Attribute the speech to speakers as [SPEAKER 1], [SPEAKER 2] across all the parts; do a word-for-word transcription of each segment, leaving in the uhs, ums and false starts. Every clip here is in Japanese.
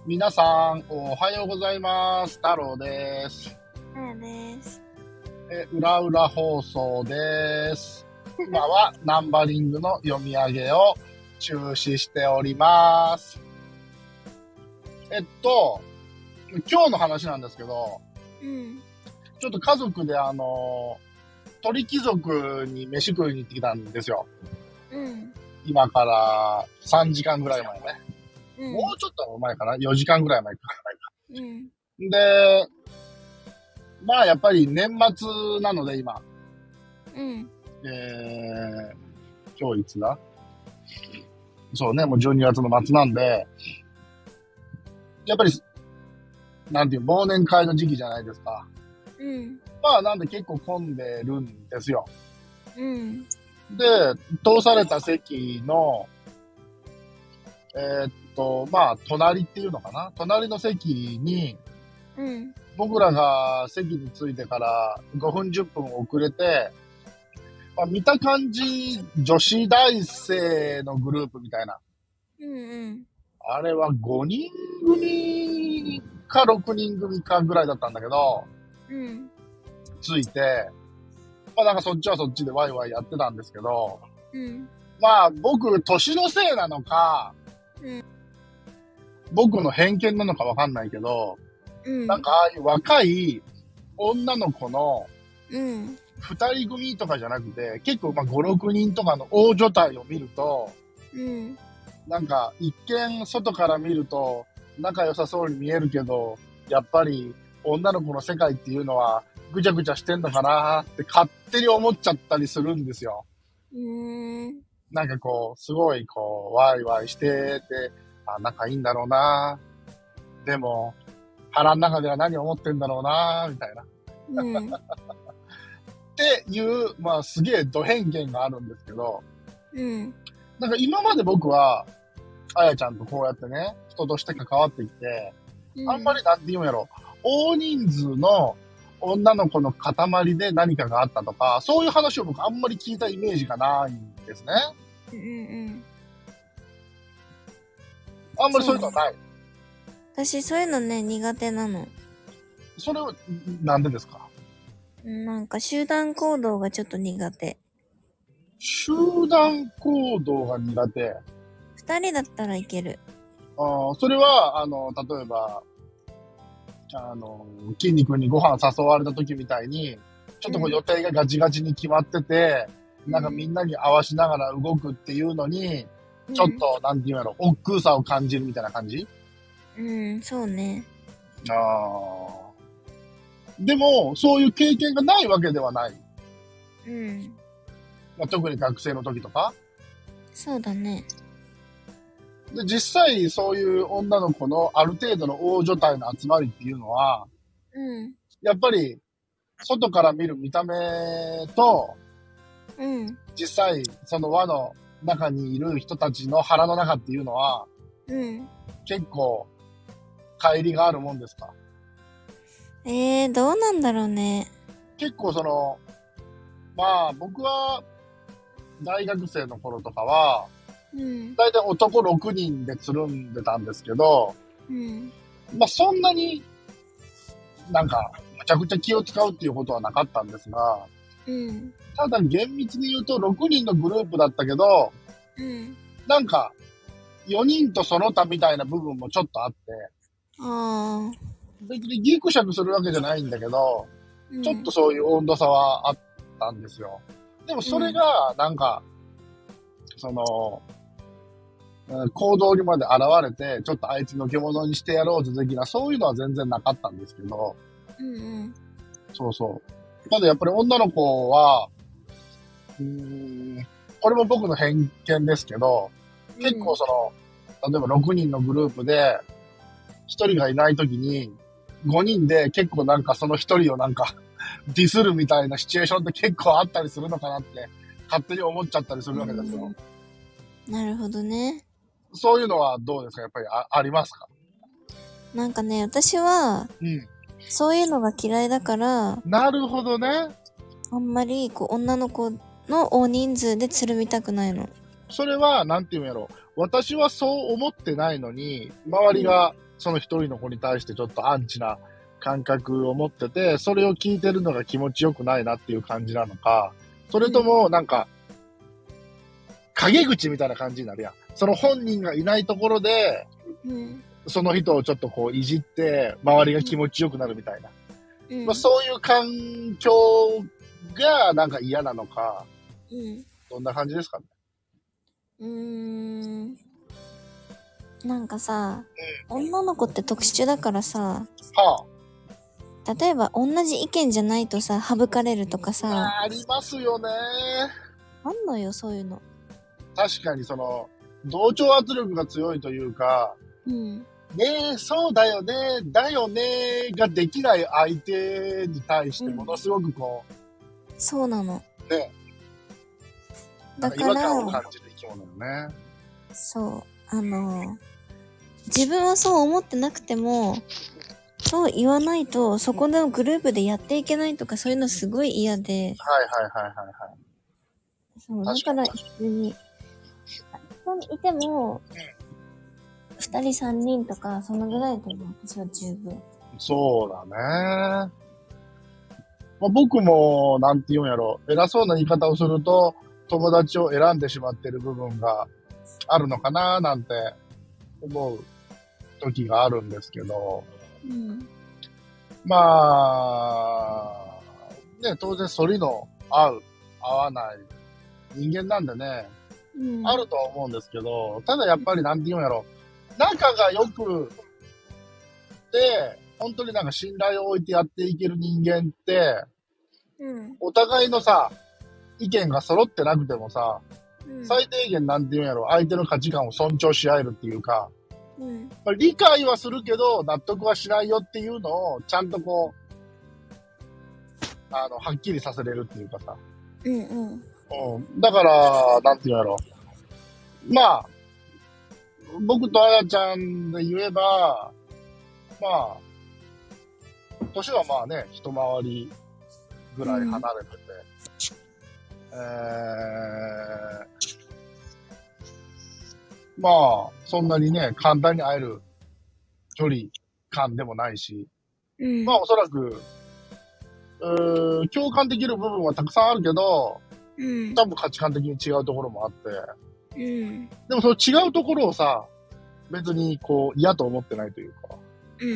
[SPEAKER 1] 皆さん、おはようございます。太郎です。
[SPEAKER 2] あやです。
[SPEAKER 1] え、うらうら放送です。今はナンバリングの読み上げを中止しております。えっと、今日の話なんですけど、
[SPEAKER 2] うん。
[SPEAKER 1] ちょっと家族であの、鳥貴族に飯食いに行ってきたんですよ。
[SPEAKER 2] うん。
[SPEAKER 1] 今からさんじかんぐらい前ね。
[SPEAKER 2] うん。
[SPEAKER 1] もうちょっと前かな ?よ 時間ぐらい前か。
[SPEAKER 2] うん。
[SPEAKER 1] で、まあやっぱり年末なので今、
[SPEAKER 2] うん。
[SPEAKER 1] えー、今日いつだそうね、もうじゅうにがつの末なんで、やっぱり、なんていう、忘年会の時期じゃないですか。
[SPEAKER 2] うん。
[SPEAKER 1] まあなんで結構混んでるんですよ。
[SPEAKER 2] うん。
[SPEAKER 1] で、通された席の、えーっと、まあ隣っていうのかな隣の席に、
[SPEAKER 2] うん。
[SPEAKER 1] 僕らが席に着いてからごふんじゅっぷん遅れて、まあ、見た感じ、女子大生のグループみたいな。
[SPEAKER 2] うん。
[SPEAKER 1] あれはごにん組かろくにん組かぐらいだったんだけど、
[SPEAKER 2] うん。
[SPEAKER 1] 着いて、まあなんかそっちはそっちでワイワイやってたんですけど、
[SPEAKER 2] うん。
[SPEAKER 1] まあ僕、年のせいなのか、
[SPEAKER 2] うん。
[SPEAKER 1] 僕の偏見なのかわかんないけど、
[SPEAKER 2] うん。
[SPEAKER 1] なんかああいう若い女の子の
[SPEAKER 2] うん。
[SPEAKER 1] 二人組とかじゃなくて、結構まあご、ろくにんとかの大所帯を見ると、
[SPEAKER 2] うん。
[SPEAKER 1] なんか一見外から見ると仲良さそうに見えるけど、やっぱり女の子の世界っていうのはぐちゃぐちゃしてんのかなって勝手に思っちゃったりするんですよ。
[SPEAKER 2] うん。
[SPEAKER 1] なんかこう、すごいこう、ワイワイしてて、あ、仲いいんだろうな。でも、腹の中では何を思ってんだろうな、みたいな。
[SPEAKER 2] うん。
[SPEAKER 1] っていう、まあすげえド偏見があるんですけど、
[SPEAKER 2] うん。
[SPEAKER 1] なんか今まで僕は、あやちゃんとこうやってね、人として関わってきて、あんまりなんて言うんやろ、大人数の女の子の塊で何かがあったとか、そういう話を僕あんまり聞いたイメージがないんですね。
[SPEAKER 2] うん。
[SPEAKER 1] あんまりそういうのはない。
[SPEAKER 2] 私、そういうのね、苦手なの。
[SPEAKER 1] それは、なんでですか？
[SPEAKER 2] なんか、集団行動がちょっと苦手。
[SPEAKER 1] 集団行動が苦手。
[SPEAKER 2] 二人だったらいける。
[SPEAKER 1] あそれは、あの、例えば、あの、筋肉にご飯誘われた時みたいに、ちょっとこう予定がガチガチに決まってて、うん、なんかみんなに合わしながら動くっていうのに、うん、ちょっと、なんていうんやろ、億劫さを感じるみたいな感じ？
[SPEAKER 2] うん、そうね。
[SPEAKER 1] ああ。でも、そういう経験がないわけではない。
[SPEAKER 2] うん。
[SPEAKER 1] まあ、特に学生の時とか。
[SPEAKER 2] そうだね。
[SPEAKER 1] で、実際そういう女の子のある程度の大所帯の集まりっていうのは、
[SPEAKER 2] うん。
[SPEAKER 1] やっぱり、外から見る見た目と、
[SPEAKER 2] うん。
[SPEAKER 1] 実際その輪の中にいる人たちの腹の中っていうのは、
[SPEAKER 2] うん。
[SPEAKER 1] 結構、乖離があるもんですか？
[SPEAKER 2] えー、どうなんだろうね。
[SPEAKER 1] 結構その、まあ僕は大学生の頃とかは、うん、だいたい男ろくにんでつるんでたんですけど、うん、まあそんなになんかむちゃくちゃ気を使うっていうことはなかったんですが、うん、ただ厳密に言うとろくにんのグループだったけど、うん、なんかよにんとその他みたいな部分もちょっとあって、あ別にギクシャクするわけじゃないんだけど、うん、ちょっとそういう温度差はあったんですよ。でもそれがなんか、うん、その、行動にまで現れて、ちょっとあいつの獣にしてやろうぜ的な、そういうのは全然なかったんですけど、うんうん、そうそう。ただやっぱり女の子は、うーん、これも僕の偏見ですけど、結構その、うん、例えばろくにんのグループで、ひとりがいないときに、ごにんで結構なんかそのひとりをなんかディスるみたいなシチュエーションって結構あったりするのかなって勝手に思っちゃったりするわけですよ。
[SPEAKER 2] うん、なるほどね。
[SPEAKER 1] そういうのはどうですか？やっぱり あ, ありますか？
[SPEAKER 2] なんかね、私は、うん、そういうのが嫌いだから。
[SPEAKER 1] なるほどね。
[SPEAKER 2] あんまりこう女の子の大人数でつるみたくないの。
[SPEAKER 1] それはなんていうんやろ。私はそう思ってないのに、周りがその一人の子に対してちょっとアンチな感覚を持ってて、それを聞いてるのが気持ちよくないなっていう感じなのか、それともなんか、陰口みたいな感じになるやん。その本人がいないところで、うん、その人をちょっとこういじって、周りが気持ちよくなるみたいな。うんまあ、そういう環境がなんか嫌なのか、うん、どんな感じですかね。
[SPEAKER 2] うーん。なんかさ、うん、女の子って特殊だからさ、はあ、例えば同じ意見じゃないとさ、省かれるとかさ。
[SPEAKER 1] ありますよね。
[SPEAKER 2] あんのよ、そういうの。
[SPEAKER 1] 確かにその、同調圧力が強いというか、うん、ねえ、そうだよね、だよねができない相手に対してものすごくこう、
[SPEAKER 2] うん、そうなの。ね。
[SPEAKER 1] だから、違和感を感じる生き物よね。
[SPEAKER 2] そう。あの、自分はそう思ってなくても、そう言わないと、そこのグループでやっていけないとか、そういうのすごい嫌で。はい
[SPEAKER 1] はいはいはいはい。
[SPEAKER 2] そう、だから一緒に、ここにいても、二人三人とか、そのぐらいでも私は十分。
[SPEAKER 1] そうだね。まあ、僕も、なんて言うんやろ、偉そうな言い方をすると、友達を選んでしまってる部分があるのかな、なんて思う時があるんですけど、うん、まあ、ね、当然、反りの合う、合わない人間なんでね、うん、あるとは思うんですけど、ただやっぱりなんて言うんやろ、仲が良くて、本当になんか信頼を置いてやっていける人間って、うん、お互いのさ、意見が揃ってなくてもさ、うん、最低限なんて言うんやろ、相手の価値観を尊重し合えるっていうか、うん、まあ、理解はするけど、納得はしないよっていうのを、ちゃんとこう、あの、はっきりさせれるっていうかさ。うんうん。うん。だから、なんて言うんやろ。まあ、僕とあやちゃんで言えば、まあ、年はまあね、一回りぐらい離れてて、うん、えー、まあ、そんなにね、簡単に会える距離感でもないし、うん、まあおそらく、うー共感できる部分はたくさんあるけど、うん、多分価値観的に違うところもあって、うん、でもその違うところをさ、別にこう嫌と思ってないというか、うんうん、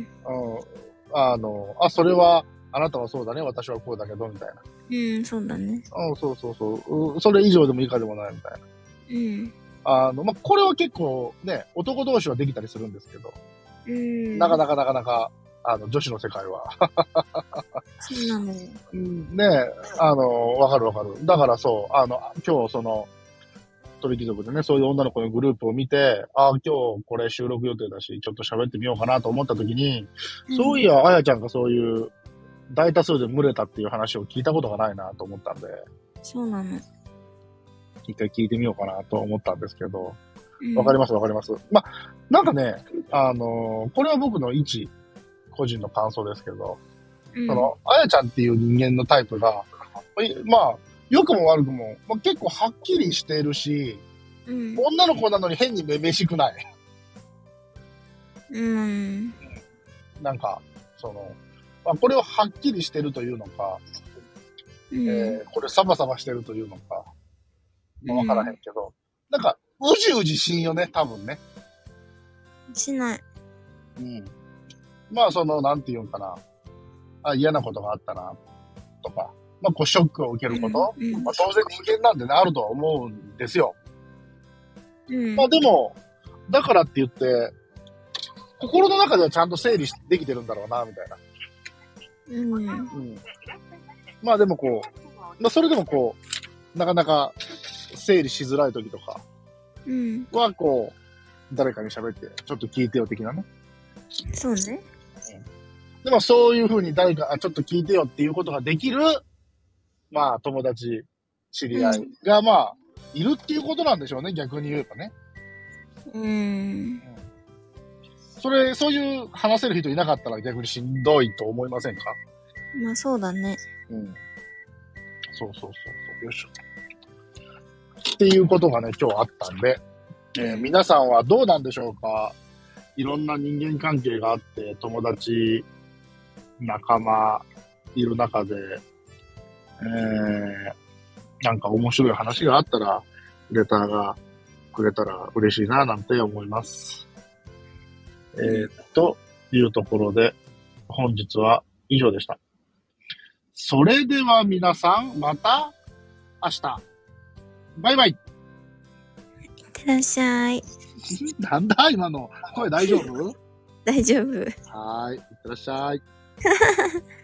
[SPEAKER 1] うん、あの、あ、それはあなたはそうだね、私はこうだけどみたいな。
[SPEAKER 2] うん、そうだね。
[SPEAKER 1] うん、そうそうそう、それ以上でも以下でもないみたいな。うん。あの、まあ、これは結構ね、男同士はできたりするんですけど、うん、なかなかなかなか、あの、女子の世界は。
[SPEAKER 2] そうなのよ。
[SPEAKER 1] うん、ねあの、わかるわかる。だからそう、あの、今日その、鳥貴族でね、そういう女の子のグループを見て、ああ、今日これ収録予定だし、ちょっと喋ってみようかなと思った時に、うん、そういや、あやちゃんがそういう大多数で群れたっていう話を聞いたことがないなと思ったんで、
[SPEAKER 2] そうなの。
[SPEAKER 1] 一回聞いてみようかなと思ったんですけど、わ、うん、かりますわかります。ま、なんかね、あのー、これは僕の一個人の感想ですけど、うん、その、あやちゃんっていう人間のタイプが、まあ、良くも悪くも、まあ、結構はっきりしているし、うん、女の子なのに変にめめしくない。うん。なんか、その、まあ、これをはっきりしてるというのか、うん、えー、これサバサバしてるというのか、まあ、わからへんけど、うん、なんか、うじうじしんよね、多分ね。
[SPEAKER 2] しない。
[SPEAKER 1] うん。まあ、その、なんていうんかな。あ、嫌なことがあったな、とか。まあ、こう、ショックを受けること。うんうん、まあ、当然人間なんでね、あるとは思うんですよ。うん、まあ、でも、だからって言って、心の中ではちゃんと整理できてるんだろうな、みたいな。うん。うん。まあ、でもこう、まあ、それでもこう、なかなか整理しづらい時とかは、こう、誰かに喋って、ちょっと聞いてよ的なね。
[SPEAKER 2] そうね。
[SPEAKER 1] うん、でもそういうふうに誰か、ちょっと聞いてよっていうことができる、まあ友達、知り合いが、うん、まあ、いるっていうことなんでしょうね、逆に言えばね。うん。うん、それ、そういう話せる人いなかったら逆にしんどいと思いませんか？
[SPEAKER 2] まあそうだね。
[SPEAKER 1] うん。そうそうそうそう。よいしょ。っていうことがね、今日あったんで、えー、皆さんはどうなんでしょうか？ いろんな人間関係があって、友達、仲間、いる中で、えー、なんか面白い話があったら、レターがくれたら嬉しいな、なんて思います。えー、というところで、本日は以上でした。それでは皆さん、また明日。バイバイ。い
[SPEAKER 2] ってらっしゃい。
[SPEAKER 1] なんだ今の声大丈夫？
[SPEAKER 2] 大丈夫。
[SPEAKER 1] はい。いってらっしゃい。